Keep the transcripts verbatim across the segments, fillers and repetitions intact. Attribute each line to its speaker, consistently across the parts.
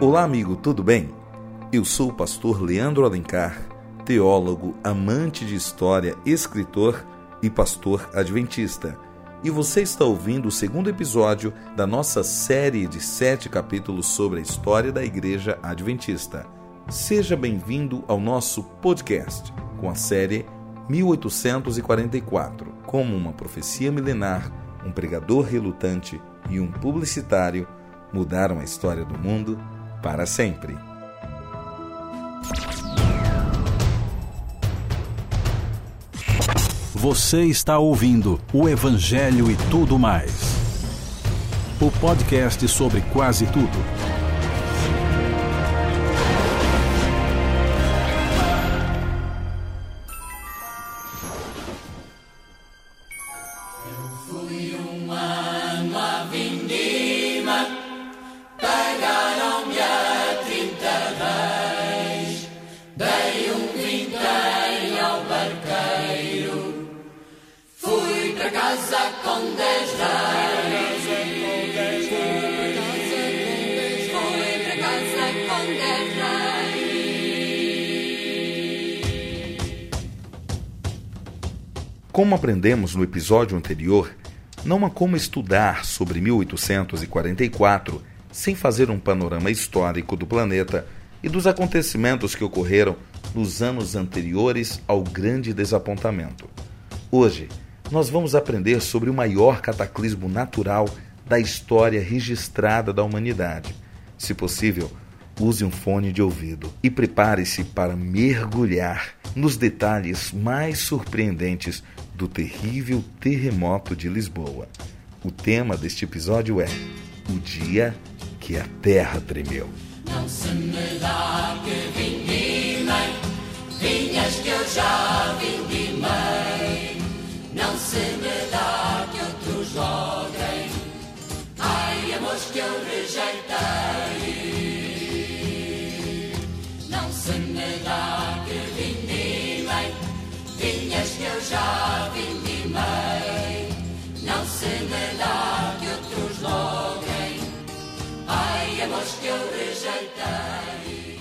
Speaker 1: Olá, amigo, tudo bem? Eu sou o pastor Leandro Alencar, teólogo, amante de história, escritor e pastor adventista. E você está ouvindo o segundo episódio da nossa série de sete capítulos sobre a história da Igreja Adventista. Seja bem-vindo ao nosso podcast, com a série mil oitocentos e quarenta e quatro. Como uma profecia milenar, um pregador relutante e um publicitário mudaram a história do mundo para sempre.
Speaker 2: Você está ouvindo o Evangelho e Tudo Mais, o podcast sobre quase tudo.
Speaker 3: Eu fui um ano à vindima, pagaram-me a trinta reis, dei um vintém ao barqueiro, fui para casa com dez reis, fui para casa com dez reis.
Speaker 1: Como aprendemos no episódio anterior, não há como estudar sobre mil oitocentos e quarenta e quatro sem fazer um panorama histórico do planeta e dos acontecimentos que ocorreram nos anos anteriores ao grande desapontamento. Hoje, nós vamos aprender sobre o maior cataclismo natural da história registrada da humanidade. Se possível, use um fone de ouvido e prepare-se para mergulhar nos detalhes mais surpreendentes do terrível terremoto de Lisboa. O tema deste episódio é o dia que a Terra tremeu.
Speaker 3: Não se me dá que vindimem, vinhas que eu já vindimei. Não se me dá que outros loguem, ai, amores que eu rejeitei. Não se me dá que vindimem, vinhas que eu já vindimei. Não se me dá que outros loguem, ai, amores que eu rejeitei.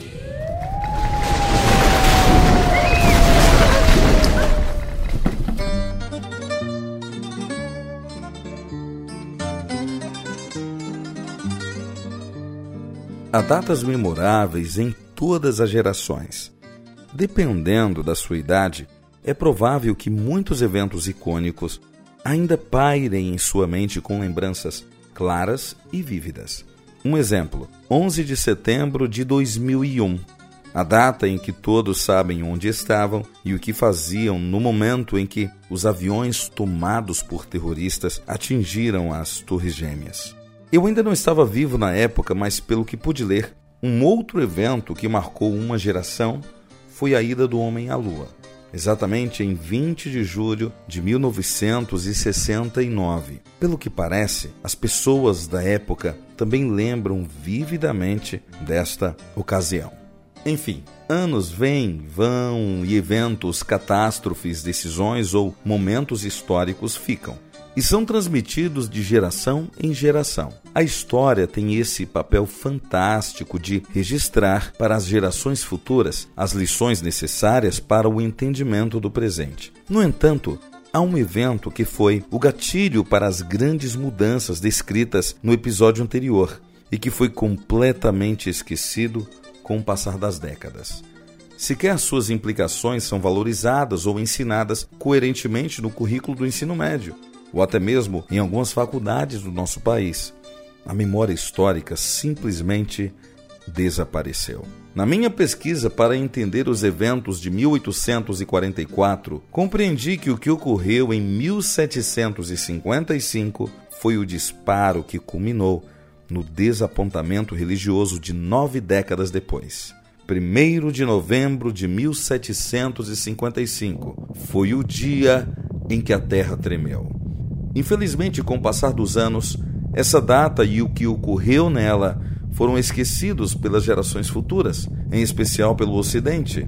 Speaker 1: Há datas memoráveis em todas as gerações. Dependendo da sua idade, é provável que muitos eventos icônicos ainda pairem em sua mente com lembranças claras e vívidas. Um exemplo, onze de setembro de dois mil e um, a data em que todos sabem onde estavam e o que faziam no momento em que os aviões tomados por terroristas atingiram as Torres Gêmeas. Eu ainda não estava vivo na época, mas pelo que pude ler, um outro evento que marcou uma geração foi a ida do homem à Lua. Exatamente em vinte de julho de mil novecentos e sessenta e nove. Pelo que parece, as pessoas da época também lembram vividamente desta ocasião. Enfim, anos vêm, vão e eventos, catástrofes, decisões ou momentos históricos ficam e são transmitidos de geração em geração. A história tem esse papel fantástico de registrar para as gerações futuras as lições necessárias para o entendimento do presente. No entanto, há um evento que foi o gatilho para as grandes mudanças descritas no episódio anterior e que foi completamente esquecido com o passar das décadas. Sequer suas implicações são valorizadas ou ensinadas coerentemente no currículo do ensino médio, ou até mesmo em algumas faculdades do nosso país. A memória histórica simplesmente desapareceu. Na minha pesquisa para entender os eventos de mil oitocentos e quarenta e quatro, compreendi que o que ocorreu em mil setecentos e cinquenta e cinco foi o disparo que culminou no desapontamento religioso de nove décadas depois. primeiro de novembro de mil setecentos e cinquenta e cinco foi o dia em que a Terra tremeu. Infelizmente, com o passar dos anos, essa data e o que ocorreu nela foram esquecidos pelas gerações futuras, em especial pelo Ocidente.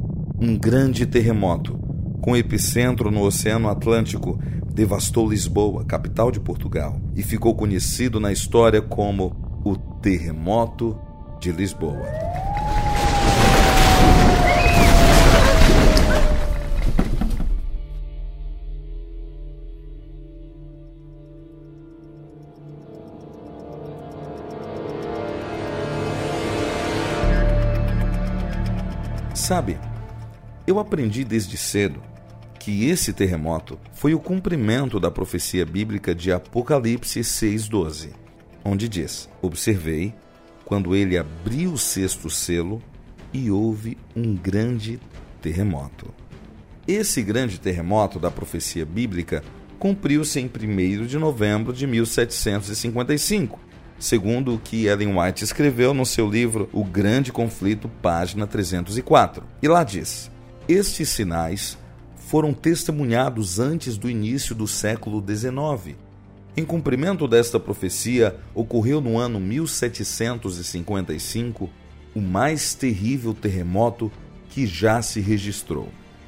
Speaker 1: Um grande terremoto, com epicentro no Oceano Atlântico, devastou Lisboa, capital de Portugal, e ficou conhecido na história como o Terremoto de Lisboa. Sabe, eu aprendi desde cedo que esse terremoto foi o cumprimento da profecia bíblica de Apocalipse seis, doze, onde diz: observei quando ele abriu o sexto selo e houve um grande terremoto. Esse grande terremoto da profecia bíblica cumpriu-se em primeiro de novembro de mil setecentos e cinquenta e cinco, segundo o que Ellen White escreveu no seu livro O Grande Conflito, página trezentos e quatro. E lá diz: estes sinais foram testemunhados antes do início do século dezenove. Em cumprimento desta profecia, ocorreu no ano mil setecentos e cinquenta e cinco o mais terrível terremoto que já se registrou.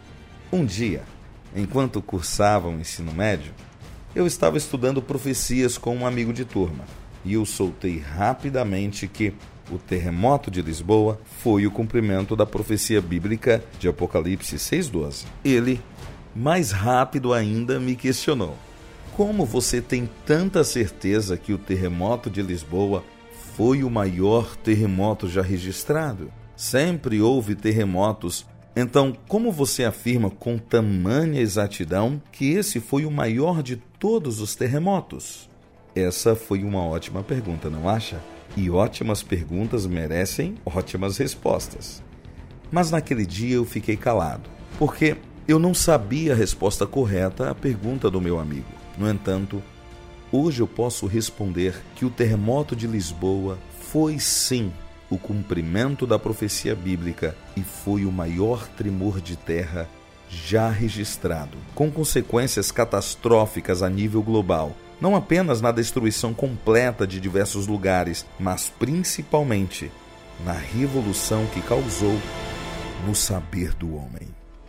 Speaker 1: Um dia, enquanto cursava o ensino médio, eu estava estudando profecias com um amigo de turma e eu soltei rapidamente que o terremoto de Lisboa foi o cumprimento da profecia bíblica de Apocalipse seis, doze. Ele, mais rápido ainda, me questionou: como você tem tanta certeza que o terremoto de Lisboa foi o maior terremoto já registrado? Sempre houve terremotos, então como você afirma com tamanha exatidão que esse foi o maior de todos os terremotos? Essa foi uma ótima pergunta, não acha? E ótimas perguntas merecem ótimas respostas. Mas naquele dia eu fiquei calado, porque eu não sabia a resposta correta à pergunta do meu amigo. No entanto, hoje eu posso responder que o terremoto de Lisboa foi sim o cumprimento da profecia bíblica e foi o maior tremor de terra já registrado, com consequências catastróficas a nível global, não apenas na destruição completa de diversos lugares, mas principalmente na revolução que causou no saber do homem.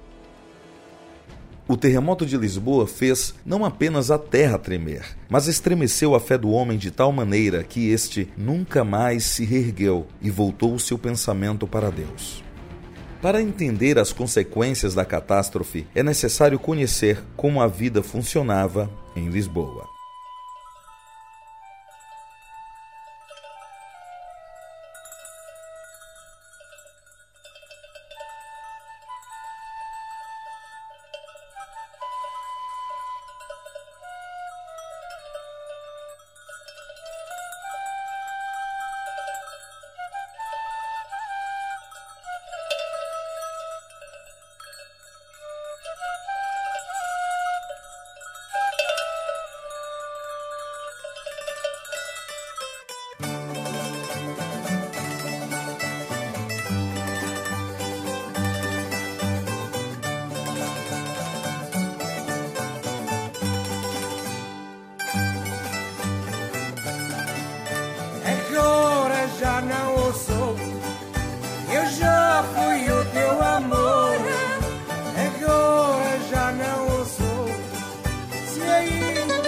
Speaker 1: O terremoto de Lisboa fez não apenas a terra tremer, mas estremeceu a fé do homem de tal maneira que este nunca mais se reergueu e voltou o seu pensamento para Deus. Para entender as consequências da catástrofe, é necessário conhecer como a vida funcionava em Lisboa.
Speaker 4: Já não o sou, eu já fui o teu amor, agora já não o sou, se ainda...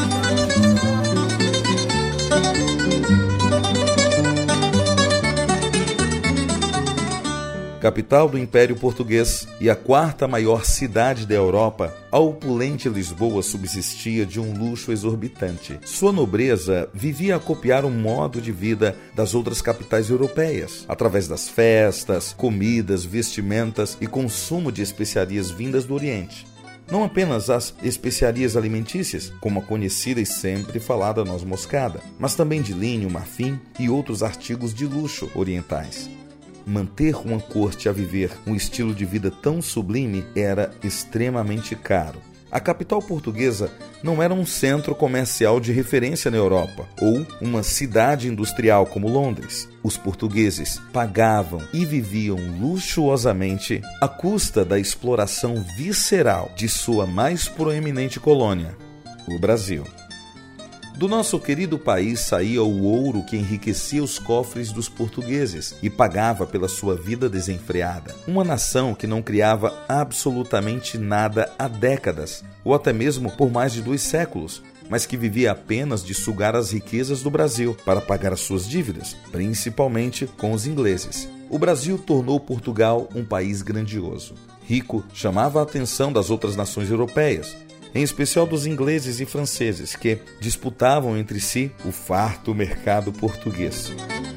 Speaker 1: Capital do Império Português e a quarta maior cidade da Europa, a opulente Lisboa subsistia de um luxo exorbitante. Sua nobreza vivia a copiar o modo de vida das outras capitais europeias, através das festas, comidas, vestimentas e consumo de especiarias vindas do Oriente. Não apenas as especiarias alimentícias, como a conhecida e sempre falada noz moscada, mas também de linho, marfim e outros artigos de luxo orientais. Manter uma corte a viver um estilo de vida tão sublime era extremamente caro. A capital portuguesa não era um centro comercial de referência na Europa ou uma cidade industrial como Londres. Os portugueses pagavam e viviam luxuosamente à custa da exploração visceral de sua mais proeminente colônia, o Brasil. Do nosso querido país saía o ouro que enriquecia os cofres dos portugueses e pagava pela sua vida desenfreada. Uma nação que não criava absolutamente nada há décadas, ou até mesmo por mais de dois séculos, mas que vivia apenas de sugar as riquezas do Brasil para pagar as suas dívidas, principalmente com os ingleses. O Brasil tornou Portugal um país grandioso. Rico, chamava a atenção das outras nações europeias, em especial dos ingleses e franceses, que disputavam entre si o farto mercado português.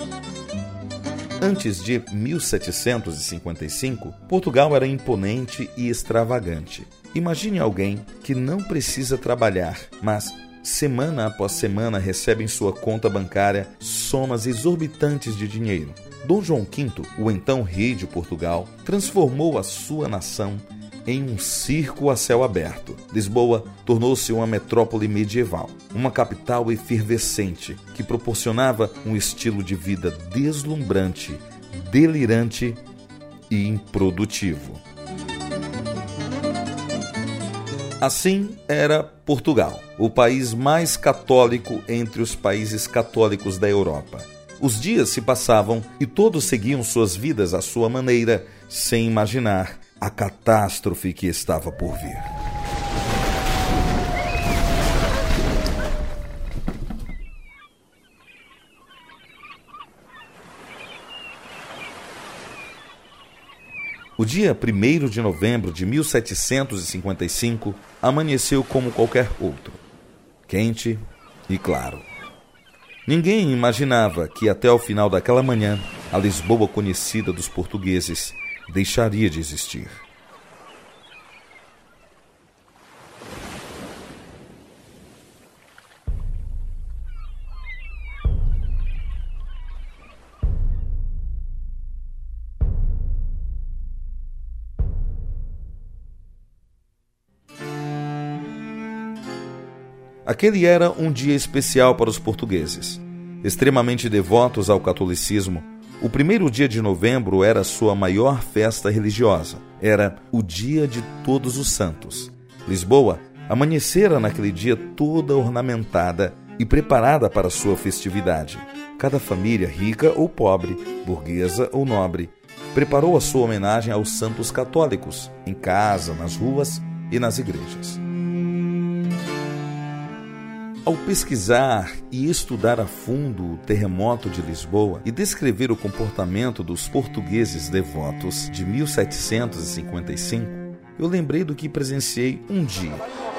Speaker 1: Antes de mil setecentos e cinquenta e cinco, Portugal era imponente e extravagante. Imagine alguém que não precisa trabalhar, mas semana após semana recebe em sua conta bancária somas exorbitantes de dinheiro. Dom João quinto, o então rei de Portugal, transformou a sua nação em um circo a céu aberto. Lisboa tornou-se uma metrópole medieval, uma capital efervescente que proporcionava um estilo de vida deslumbrante, delirante e improdutivo. Assim era Portugal, o país mais católico entre os países católicos da Europa. Os dias se passavam e todos seguiam suas vidas à sua maneira, sem imaginar a catástrofe que estava por vir. O dia primeiro de novembro de mil setecentos e cinquenta e cinco amanheceu como qualquer outro, quente e claro. Ninguém imaginava que até o final daquela manhã a Lisboa conhecida dos portugueses deixaria de existir. Aquele era um dia especial para os portugueses. Extremamente devotos ao catolicismo, o primeiro dia de novembro era sua maior festa religiosa. Era o dia de Todos os Santos. Lisboa amanhecera naquele dia toda ornamentada e preparada para sua festividade. Cada família, rica ou pobre, burguesa ou nobre, preparou a sua homenagem aos santos católicos, em casa, nas ruas e nas igrejas. Ao pesquisar e estudar a fundo o terremoto de Lisboa e descrever o comportamento dos portugueses devotos de mil setecentos e cinquenta e cinco, eu lembrei do que presenciei um dia.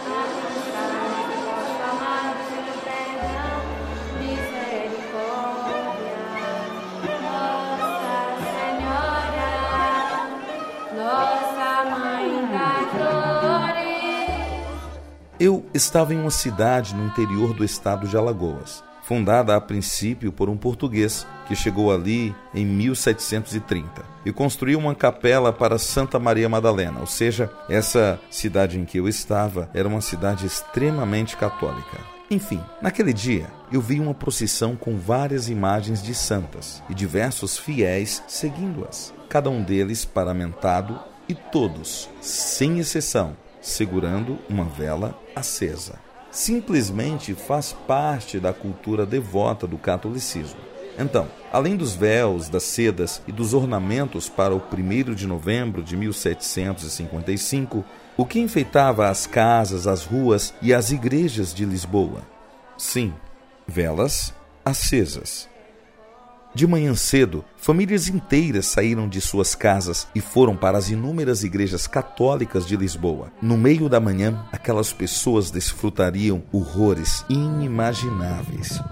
Speaker 1: Eu estava em uma cidade no interior do estado de Alagoas, fundada a princípio por um português que chegou ali em mil setecentos e trinta e construiu uma capela para Santa Maria Madalena, ou seja, essa cidade em que eu estava era uma cidade extremamente católica. Enfim, naquele dia eu vi uma procissão com várias imagens de santas e diversos fiéis seguindo-as, cada um deles paramentado e todos, sem exceção, segurando uma vela acesa. Simplesmente faz parte da cultura devota do catolicismo. Então, além dos véus, das sedas e dos ornamentos para o primeiro de novembro de mil setecentos e cinquenta e cinco, o que enfeitava as casas, as ruas e as igrejas de Lisboa? Sim, velas acesas. De manhã cedo, famílias inteiras saíram de suas casas e foram para as inúmeras igrejas católicas de Lisboa. No meio da manhã, aquelas pessoas desfrutariam horrores inimagináveis.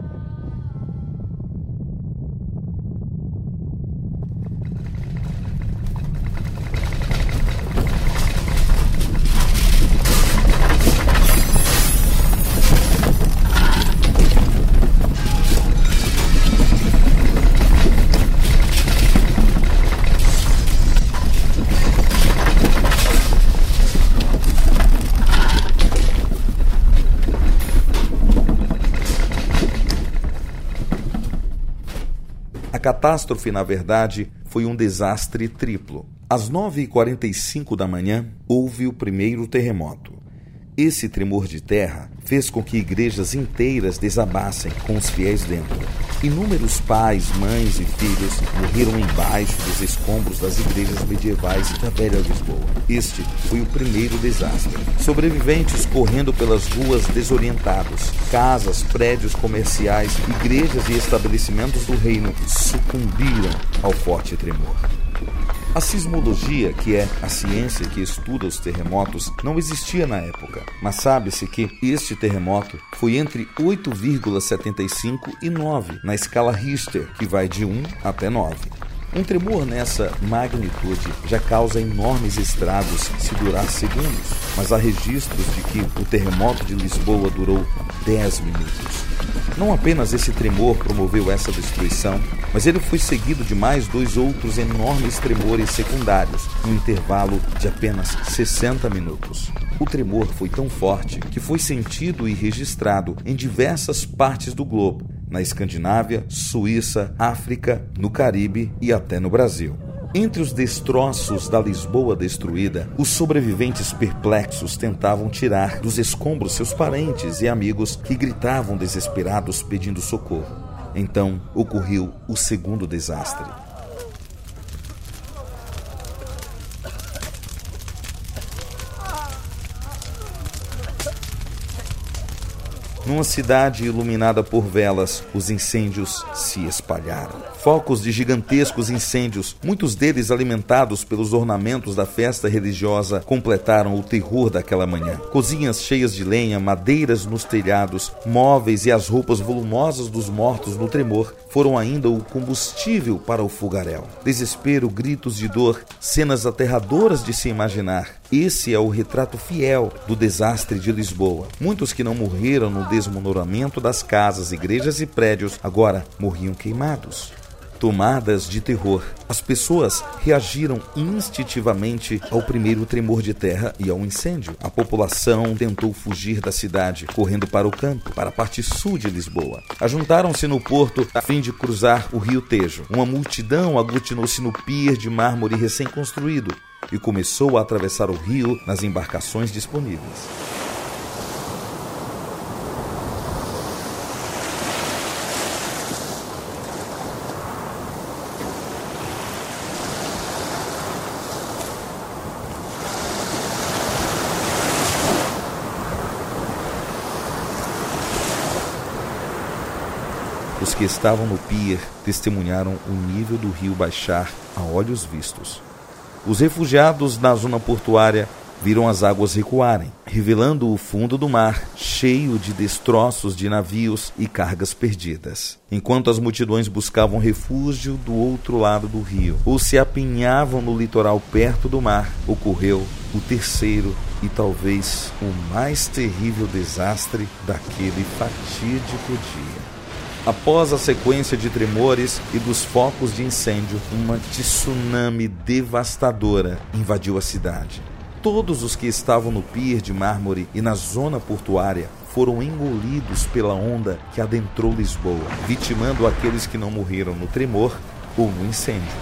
Speaker 1: A catástrofe, na verdade, foi um desastre triplo. Às nove e quarenta e cinco da manhã, houve o primeiro terremoto. Esse tremor de terra fez com que igrejas inteiras desabassem com os fiéis dentro. Inúmeros pais, mães e filhos morreram embaixo dos escombros das igrejas medievais da velha Lisboa. Este foi o primeiro desastre. Sobreviventes correndo pelas ruas desorientados. Casas, prédios comerciais, igrejas e estabelecimentos do reino sucumbiram ao forte tremor. A sismologia, que é a ciência que estuda os terremotos, não existia na época, mas sabe-se que este terremoto foi entre oito vírgula setenta e cinco e nove na escala Richter, que vai de um até nove. Um tremor nessa magnitude já causa enormes estragos se durar segundos, mas há registros de que o terremoto de Lisboa durou dez minutos. Não apenas esse tremor promoveu essa destruição, mas ele foi seguido de mais dois outros enormes tremores secundários, num intervalo de apenas sessenta minutos. O tremor foi tão forte que foi sentido e registrado em diversas partes do globo, na Escandinávia, Suíça, África, no Caribe e até no Brasil. Entre os destroços da Lisboa destruída, os sobreviventes perplexos tentavam tirar dos escombros seus parentes e amigos que gritavam desesperados pedindo socorro. Então ocorreu o segundo desastre. Numa cidade iluminada por velas, os incêndios se espalharam. Focos de gigantescos incêndios, muitos deles alimentados pelos ornamentos da festa religiosa, completaram o terror daquela manhã. Cozinhas cheias de lenha, madeiras nos telhados, móveis e as roupas volumosas dos mortos no tremor foram ainda o combustível para o fogaréu. Desespero, gritos de dor, cenas aterradoras de se imaginar. Esse é o retrato fiel do desastre de Lisboa. Muitos que não morreram no desmoronamento das casas, igrejas e prédios, agora morriam queimados. Tomadas de terror, as pessoas reagiram instintivamente ao primeiro tremor de terra e ao incêndio. A população tentou fugir da cidade, correndo para o campo, para a parte sul de Lisboa. Ajuntaram-se no porto a fim de cruzar o rio Tejo. Uma multidão aglutinou-se no pier de mármore recém-construído e começou a atravessar o rio nas embarcações disponíveis. Os que estavam no pier testemunharam o nível do rio baixar a olhos vistos. Os refugiados na zona portuária viram as águas recuarem, revelando o fundo do mar cheio de destroços de navios e cargas perdidas. Enquanto as multidões buscavam refúgio do outro lado do rio ou se apinhavam no litoral perto do mar, ocorreu o terceiro e talvez o mais terrível desastre daquele fatídico dia. Após a sequência de tremores e dos focos de incêndio, uma tsunami devastadora invadiu a cidade. Todos os que estavam no pier de mármore e na zona portuária foram engolidos pela onda que adentrou Lisboa, vitimando aqueles que não morreram no tremor ou no incêndio.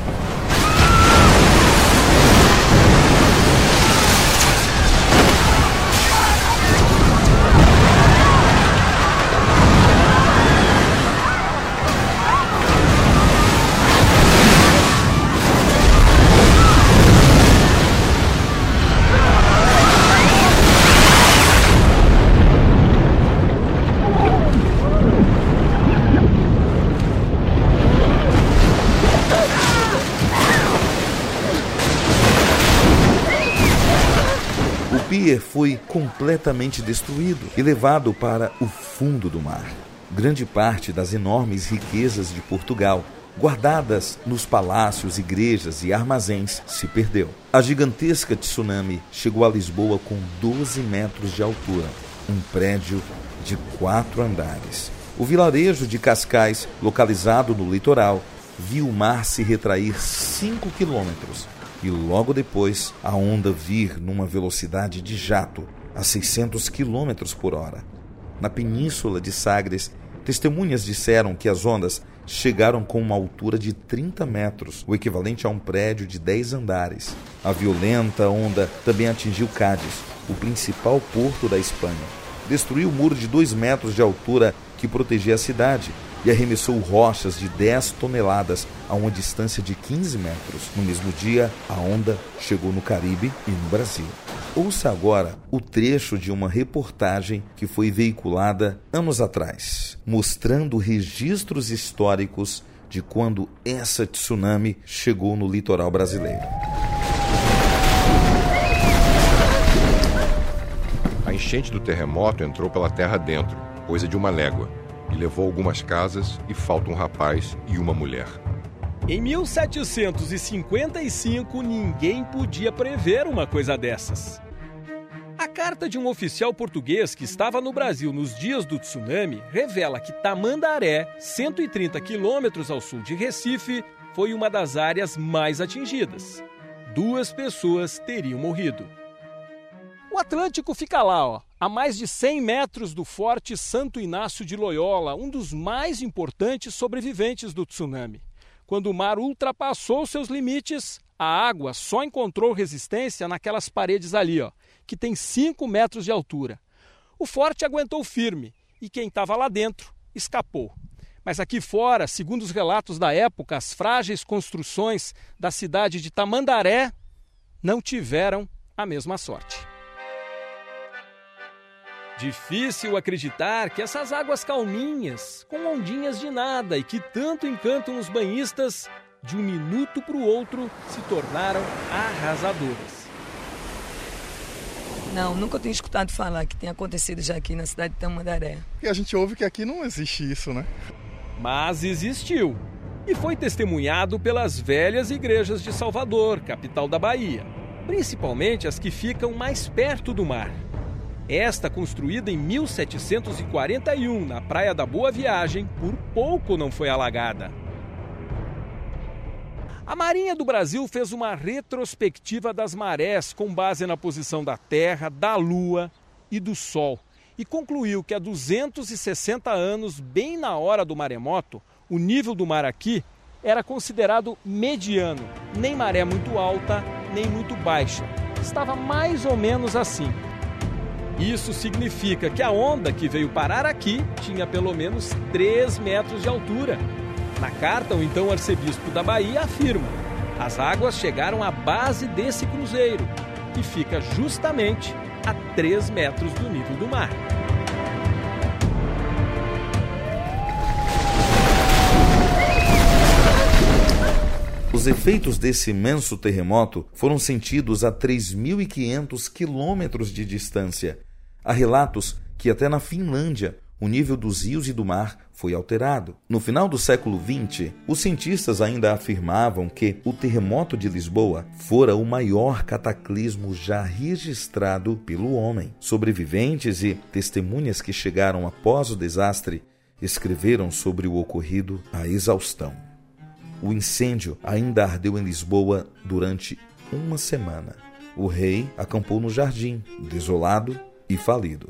Speaker 1: O pier foi completamente destruído e levado para o fundo do mar. Grande parte das enormes riquezas de Portugal, guardadas nos palácios, igrejas e armazéns, se perdeu. A gigantesca tsunami chegou a Lisboa com doze metros de altura, um prédio de quatro andares. O vilarejo de Cascais, localizado no litoral, viu o mar se retrair cinco quilômetros e logo depois a onda vir numa velocidade de jato a seiscentos quilômetros por hora. Na península de Sagres, testemunhas disseram que as ondas chegaram com uma altura de trinta metros, o equivalente a um prédio de dez andares. A violenta onda também atingiu Cádiz, o principal porto da Espanha. Destruiu o muro de dois metros de altura que protegia a cidade e arremessou rochas de dez toneladas a uma distância de quinze metros. No mesmo dia, a onda chegou no Caribe e no Brasil. Ouça agora o trecho de uma reportagem que foi veiculada anos atrás, mostrando registros históricos de quando essa tsunami chegou no litoral brasileiro.
Speaker 5: A enchente do terremoto entrou pela terra dentro, coisa de uma légua, e levou algumas casas e falta um rapaz e uma mulher.
Speaker 6: Em mil setecentos e cinquenta e cinco, ninguém podia prever uma coisa dessas. A carta de um oficial português que estava no Brasil nos dias do tsunami revela que Tamandaré, cento e trinta quilômetros ao sul de Recife, foi uma das áreas mais atingidas. Duas pessoas teriam morrido. O Atlântico fica lá, ó, a mais de cem metros do Forte Santo Inácio de Loyola, um dos mais importantes sobreviventes do tsunami. Quando o mar ultrapassou seus limites, a água só encontrou resistência naquelas paredes ali, ó, que tem cinco metros de altura. O forte aguentou firme e quem estava lá dentro escapou. Mas aqui fora, segundo os relatos da época, as frágeis construções da cidade de Tamandaré não tiveram a mesma sorte. Difícil acreditar que essas águas calminhas, com ondinhas de nada e que tanto encantam os banhistas, de um minuto para o outro se tornaram arrasadoras.
Speaker 7: Não, nunca tinha escutado falar que tem acontecido já aqui na cidade de Tamandaré.
Speaker 8: E a gente ouve que aqui não existe isso, né?
Speaker 6: Mas existiu. E foi testemunhado pelas velhas igrejas de Salvador, capital da Bahia. Principalmente as que ficam mais perto do mar. Esta, construída em mil setecentos e quarenta e um na Praia da Boa Viagem, por pouco não foi alagada. A Marinha do Brasil fez uma retrospectiva das marés com base na posição da Terra, da Lua e do Sol e concluiu que há duzentos e sessenta anos, bem na hora do maremoto, o nível do mar aqui era considerado mediano, nem maré muito alta, nem muito baixa. Estava mais ou menos assim. Isso significa que a onda que veio parar aqui tinha pelo menos três metros de altura. Na carta, o então arcebispo da Bahia afirma: as águas chegaram à base desse cruzeiro, que fica justamente a três metros do nível do mar.
Speaker 1: Os efeitos desse imenso terremoto foram sentidos a três mil e quinhentos quilômetros de distância. Há relatos que até na Finlândia o nível dos rios e do mar foi alterado. No final do século vinte, os cientistas ainda afirmavam que o terremoto de Lisboa fora o maior cataclismo já registrado pelo homem. Sobreviventes e testemunhas que chegaram após o desastre escreveram sobre o ocorrido à exaustão. O incêndio ainda ardeu em Lisboa durante uma semana. O rei acampou no jardim, desolado e falido.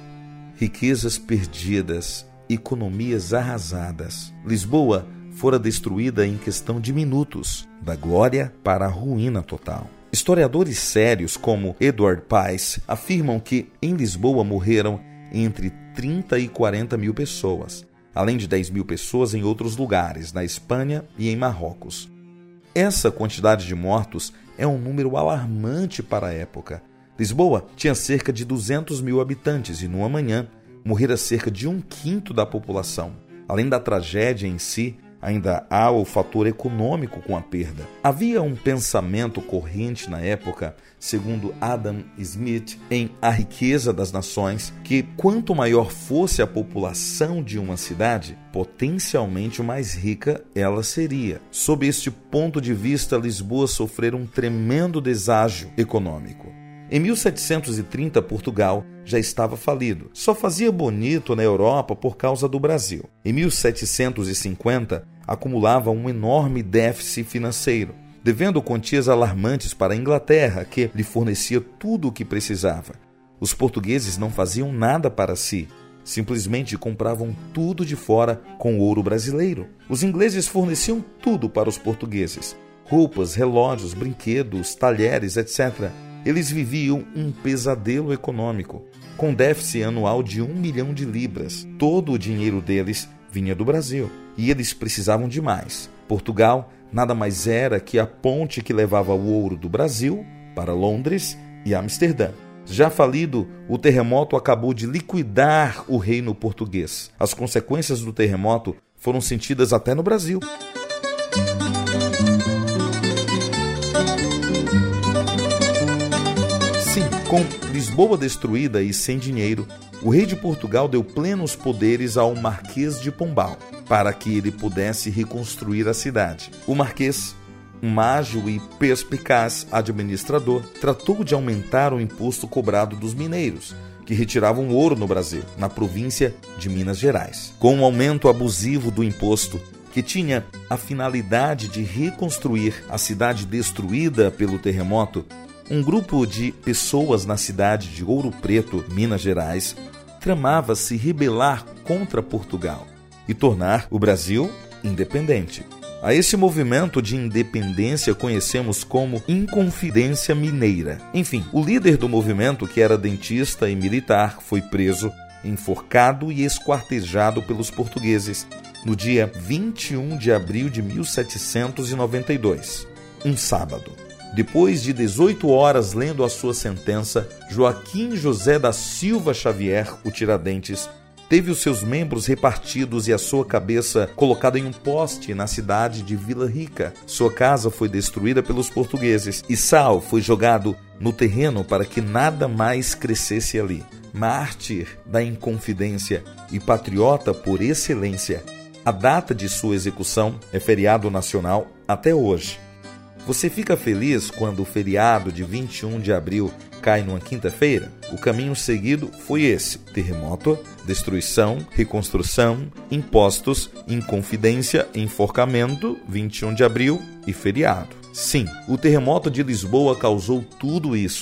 Speaker 1: Riquezas perdidas, economias arrasadas. Lisboa fora destruída em questão de minutos, da glória para a ruína total. Historiadores sérios como Edward Pais afirmam que em Lisboa morreram entre trinta e quarenta mil pessoas, além de dez mil pessoas em outros lugares, na Espanha e em Marrocos. Essa quantidade de mortos é um número alarmante para a época. Lisboa tinha cerca de duzentos mil habitantes e, numa manhã, morrera cerca de um quinto da população. Além da tragédia em si, ainda há o fator econômico com a perda. Havia um pensamento corrente na época, segundo Adam Smith, em A Riqueza das Nações, que quanto maior fosse a população de uma cidade, potencialmente mais rica ela seria. Sob este ponto de vista, Lisboa sofrera um tremendo deságio econômico. Em mil setecentos e trinta, Portugal já estava falido. Só fazia bonito na Europa por causa do Brasil. Em mil setecentos e cinquenta, acumulava um enorme déficit financeiro, devendo quantias alarmantes para a Inglaterra, que lhe fornecia tudo o que precisava. Os portugueses não faziam nada para si. simplesmente compravam tudo de fora com ouro brasileiro. Os ingleses forneciam tudo para os portugueses: roupas, relógios, brinquedos, talheres, etcétera. Eles viviam um pesadelo econômico, com déficit anual de um milhão de libras. Todo o dinheiro deles vinha do Brasil e eles precisavam de mais. Portugal nada mais era que a ponte que levava o ouro do Brasil para Londres e Amsterdã. Já falido, o terremoto acabou de liquidar o reino português. As consequências do terremoto foram sentidas até no Brasil. Sim, com Lisboa destruída e sem dinheiro, o rei de Portugal deu plenos poderes ao Marquês de Pombal para que ele pudesse reconstruir a cidade. O Marquês, um ágil e perspicaz administrador, tratou de aumentar o imposto cobrado dos mineiros, que retiravam ouro no Brasil, na província de Minas Gerais. Com o aumento abusivo do imposto, que tinha a finalidade de reconstruir a cidade destruída pelo terremoto, um grupo de pessoas na cidade de Ouro Preto, Minas Gerais, tramava se rebelar contra Portugal e tornar o Brasil independente. A esse movimento de independência conhecemos como Inconfidência Mineira. Enfim, o líder do movimento, que era dentista e militar, foi preso, enforcado e esquartejado pelos portugueses no dia vinte e um de abril de mil setecentos e noventa e dois, um sábado. Depois de dezoito horas lendo a sua sentença, Joaquim José da Silva Xavier, o Tiradentes, teve os seus membros repartidos e a sua cabeça colocada em um poste na cidade de Vila Rica. Sua casa foi destruída pelos portugueses e sal foi jogado no terreno para que nada mais crescesse ali. Mártir da Inconfidência e patriota por excelência, a data de sua execução é feriado nacional até hoje. Você fica feliz quando o feriado de vinte e um de abril cai numa quinta-feira? O caminho seguido foi esse: terremoto, destruição, reconstrução, impostos, inconfidência, enforcamento, vinte e um de abril e feriado. Sim, o terremoto de Lisboa causou tudo isso.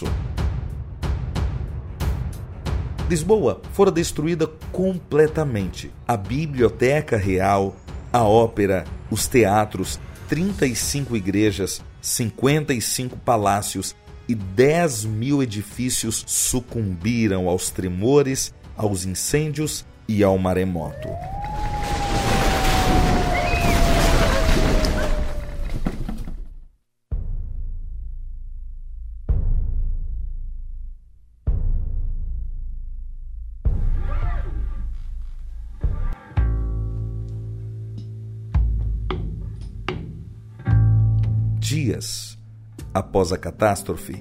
Speaker 1: Lisboa fora destruída completamente. A Biblioteca Real, a ópera, os teatros, trinta e cinco igrejas, cinquenta e cinco palácios e dez mil edifícios sucumbiram aos tremores, aos incêndios e ao maremoto. Dias após a catástrofe,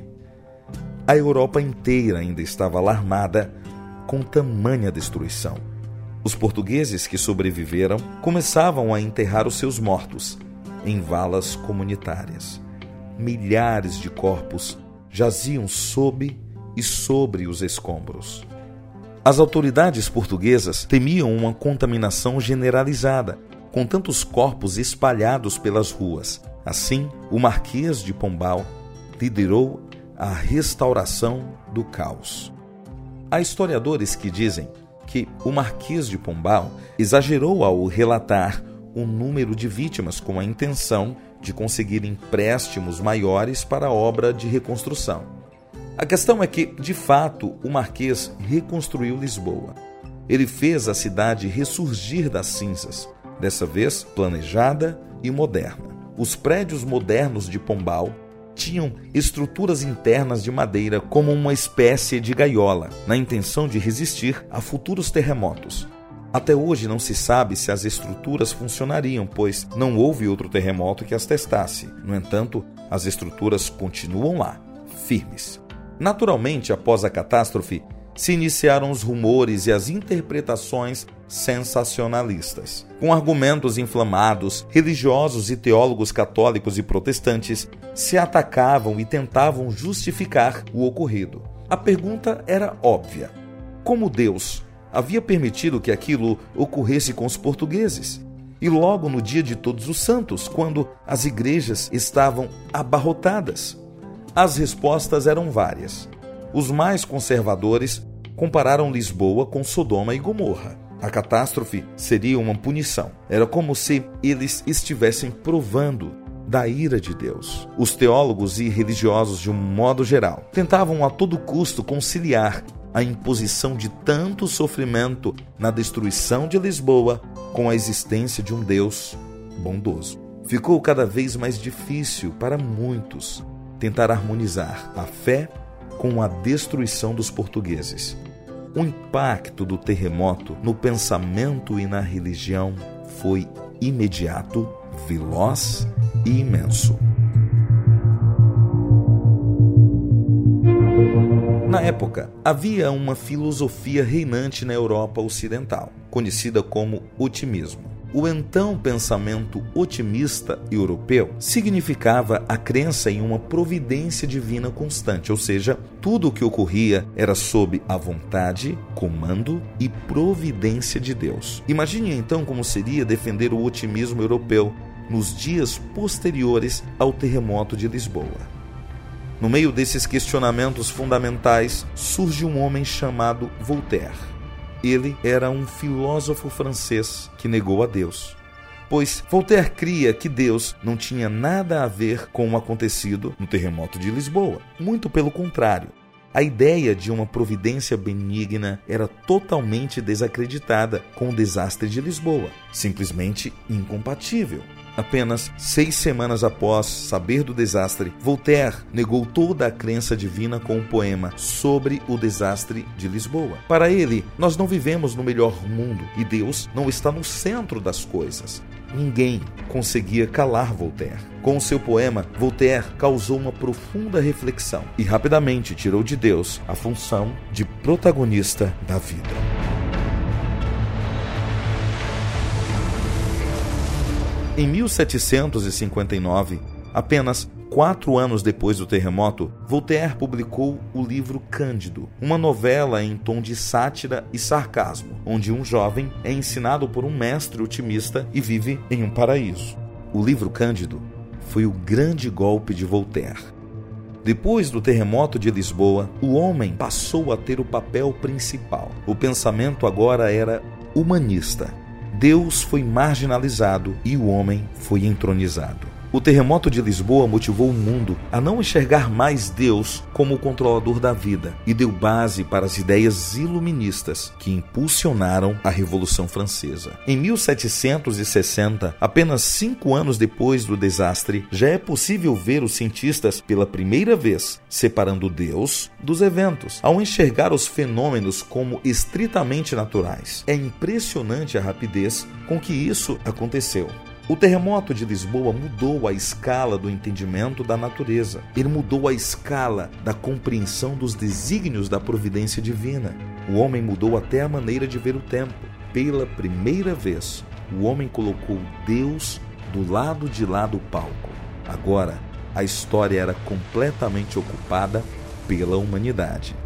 Speaker 1: a Europa inteira ainda estava alarmada com tamanha destruição. Os portugueses que sobreviveram começavam a enterrar os seus mortos em valas comunitárias. Milhares de corpos jaziam sob e sobre os escombros. As autoridades portuguesas temiam uma contaminação generalizada, com tantos corpos espalhados pelas ruas. Assim, o Marquês de Pombal liderou a restauração do caos. Há historiadores que dizem que o Marquês de Pombal exagerou ao relatar o número de vítimas com a intenção de conseguir empréstimos maiores para a obra de reconstrução. A questão é que, de fato, o Marquês reconstruiu Lisboa. Ele fez a cidade ressurgir das cinzas, dessa vez planejada e moderna. Os prédios modernos de Pombal tinham estruturas internas de madeira como uma espécie de gaiola, na intenção de resistir a futuros terremotos. Até hoje não se sabe se as estruturas funcionariam, pois não houve outro terremoto que as testasse. No entanto, as estruturas continuam lá, firmes. Naturalmente, após a catástrofe, se iniciaram os rumores e as interpretações sensacionalistas. Com argumentos inflamados, religiosos e teólogos católicos e protestantes se atacavam e tentavam justificar o ocorrido. A pergunta era óbvia: como Deus havia permitido que aquilo ocorresse com os portugueses? E logo no dia de Todos os Santos, quando as igrejas estavam abarrotadas? As respostas eram várias. Os mais conservadores compararam Lisboa com Sodoma e Gomorra. A catástrofe seria uma punição. Era como se eles estivessem provando da ira de Deus. Os teólogos e religiosos, de um modo geral, tentavam a todo custo conciliar a imposição de tanto sofrimento na destruição de Lisboa com a existência de um Deus bondoso. Ficou cada vez mais difícil para muitos tentar harmonizar a fé com a destruição dos portugueses. O impacto do terremoto no pensamento e na religião foi imediato, veloz e imenso. Na época, havia uma filosofia reinante na Europa Ocidental, conhecida como otimismo. O então pensamento otimista europeu significava a crença em uma providência divina constante, ou seja, tudo o que ocorria era sob a vontade, comando e providência de Deus. Imagine então como seria defender o otimismo europeu nos dias posteriores ao terremoto de Lisboa. No meio desses questionamentos fundamentais, surge um homem chamado Voltaire. Ele era um filósofo francês que negou a Deus, pois Voltaire cria que Deus não tinha nada a ver com o acontecido no terremoto de Lisboa. Muito pelo contrário, a ideia de uma providência benigna era totalmente desacreditada com o desastre de Lisboa, simplesmente incompatível. Apenas seis semanas após saber do desastre, Voltaire negou toda a crença divina com um poema sobre o desastre de Lisboa. Para ele, nós não vivemos no melhor mundo e Deus não está no centro das coisas. Ninguém conseguia calar Voltaire. Com o seu poema, Voltaire causou uma profunda reflexão e rapidamente tirou de Deus a função de protagonista da vida. Em mil setecentos e cinquenta e nove, apenas quatro anos depois do terremoto, Voltaire publicou o livro Cândido, uma novela em tom de sátira e sarcasmo, onde um jovem é ensinado por um mestre otimista e vive em um paraíso. O livro Cândido foi o grande golpe de Voltaire. Depois do terremoto de Lisboa, o homem passou a ter o papel principal. O pensamento agora era humanista. Deus foi marginalizado e o homem foi entronizado. O terremoto de Lisboa motivou o mundo a não enxergar mais Deus como o controlador da vida e deu base para as ideias iluministas que impulsionaram a Revolução Francesa. Em mil setecentos e sessenta, apenas cinco anos depois do desastre, já é possível ver os cientistas pela primeira vez separando Deus dos eventos, ao enxergar os fenômenos como estritamente naturais. É impressionante a rapidez com que isso aconteceu. O terremoto de Lisboa mudou a escala do entendimento da natureza. Ele mudou a escala da compreensão dos desígnios da providência divina. O homem mudou até a maneira de ver o tempo. Pela primeira vez, o homem colocou Deus do lado de lá do palco. Agora, a história era completamente ocupada pela humanidade.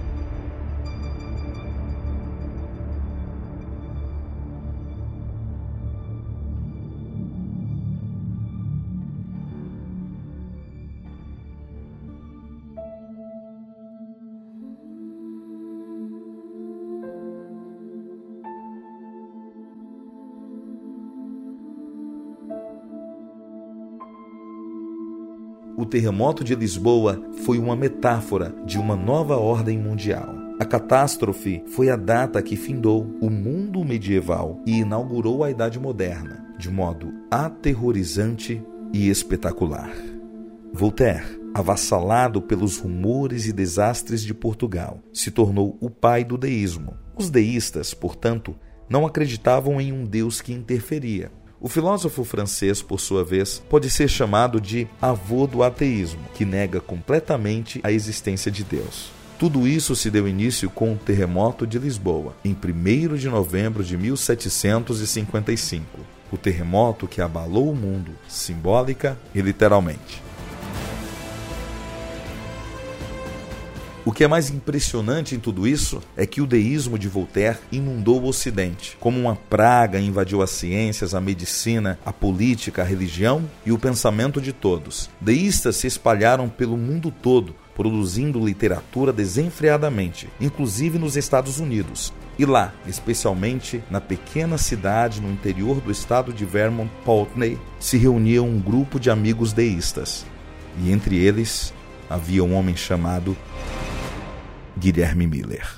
Speaker 1: O terremoto de Lisboa foi uma metáfora de uma nova ordem mundial. A catástrofe foi a data que findou o mundo medieval e inaugurou a Idade Moderna, de modo aterrorizante e espetacular. Voltaire, avassalado pelos rumores e desastres de Portugal, se tornou o pai do deísmo. Os deístas, portanto, não acreditavam em um Deus que interferia. O filósofo francês, por sua vez, pode ser chamado de avô do ateísmo, que nega completamente a existência de Deus. Tudo isso se deu início com o terremoto de Lisboa, em primeiro de novembro de mil setecentos e cinquenta e cinco. O terremoto que abalou o mundo, simbólica e literalmente. O que é mais impressionante em tudo isso é que o deísmo de Voltaire inundou o Ocidente. Como uma praga invadiu as ciências, a medicina, a política, a religião e o pensamento de todos. Deístas se espalharam pelo mundo todo, produzindo literatura desenfreadamente, inclusive nos Estados Unidos. E lá, especialmente na pequena cidade no interior do estado de Vermont, Pulteney, se reunia um grupo de amigos deístas. E entre eles havia um homem chamado Guilherme Miller.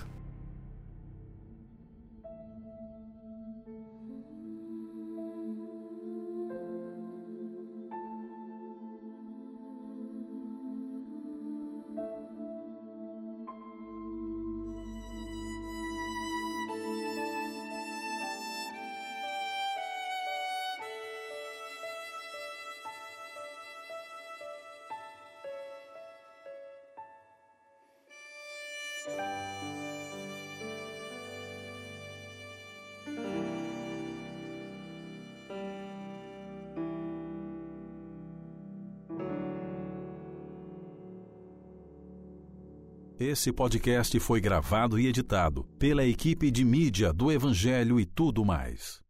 Speaker 2: Esse podcast foi gravado e editado pela equipe de mídia do Evangelho e Tudo Mais.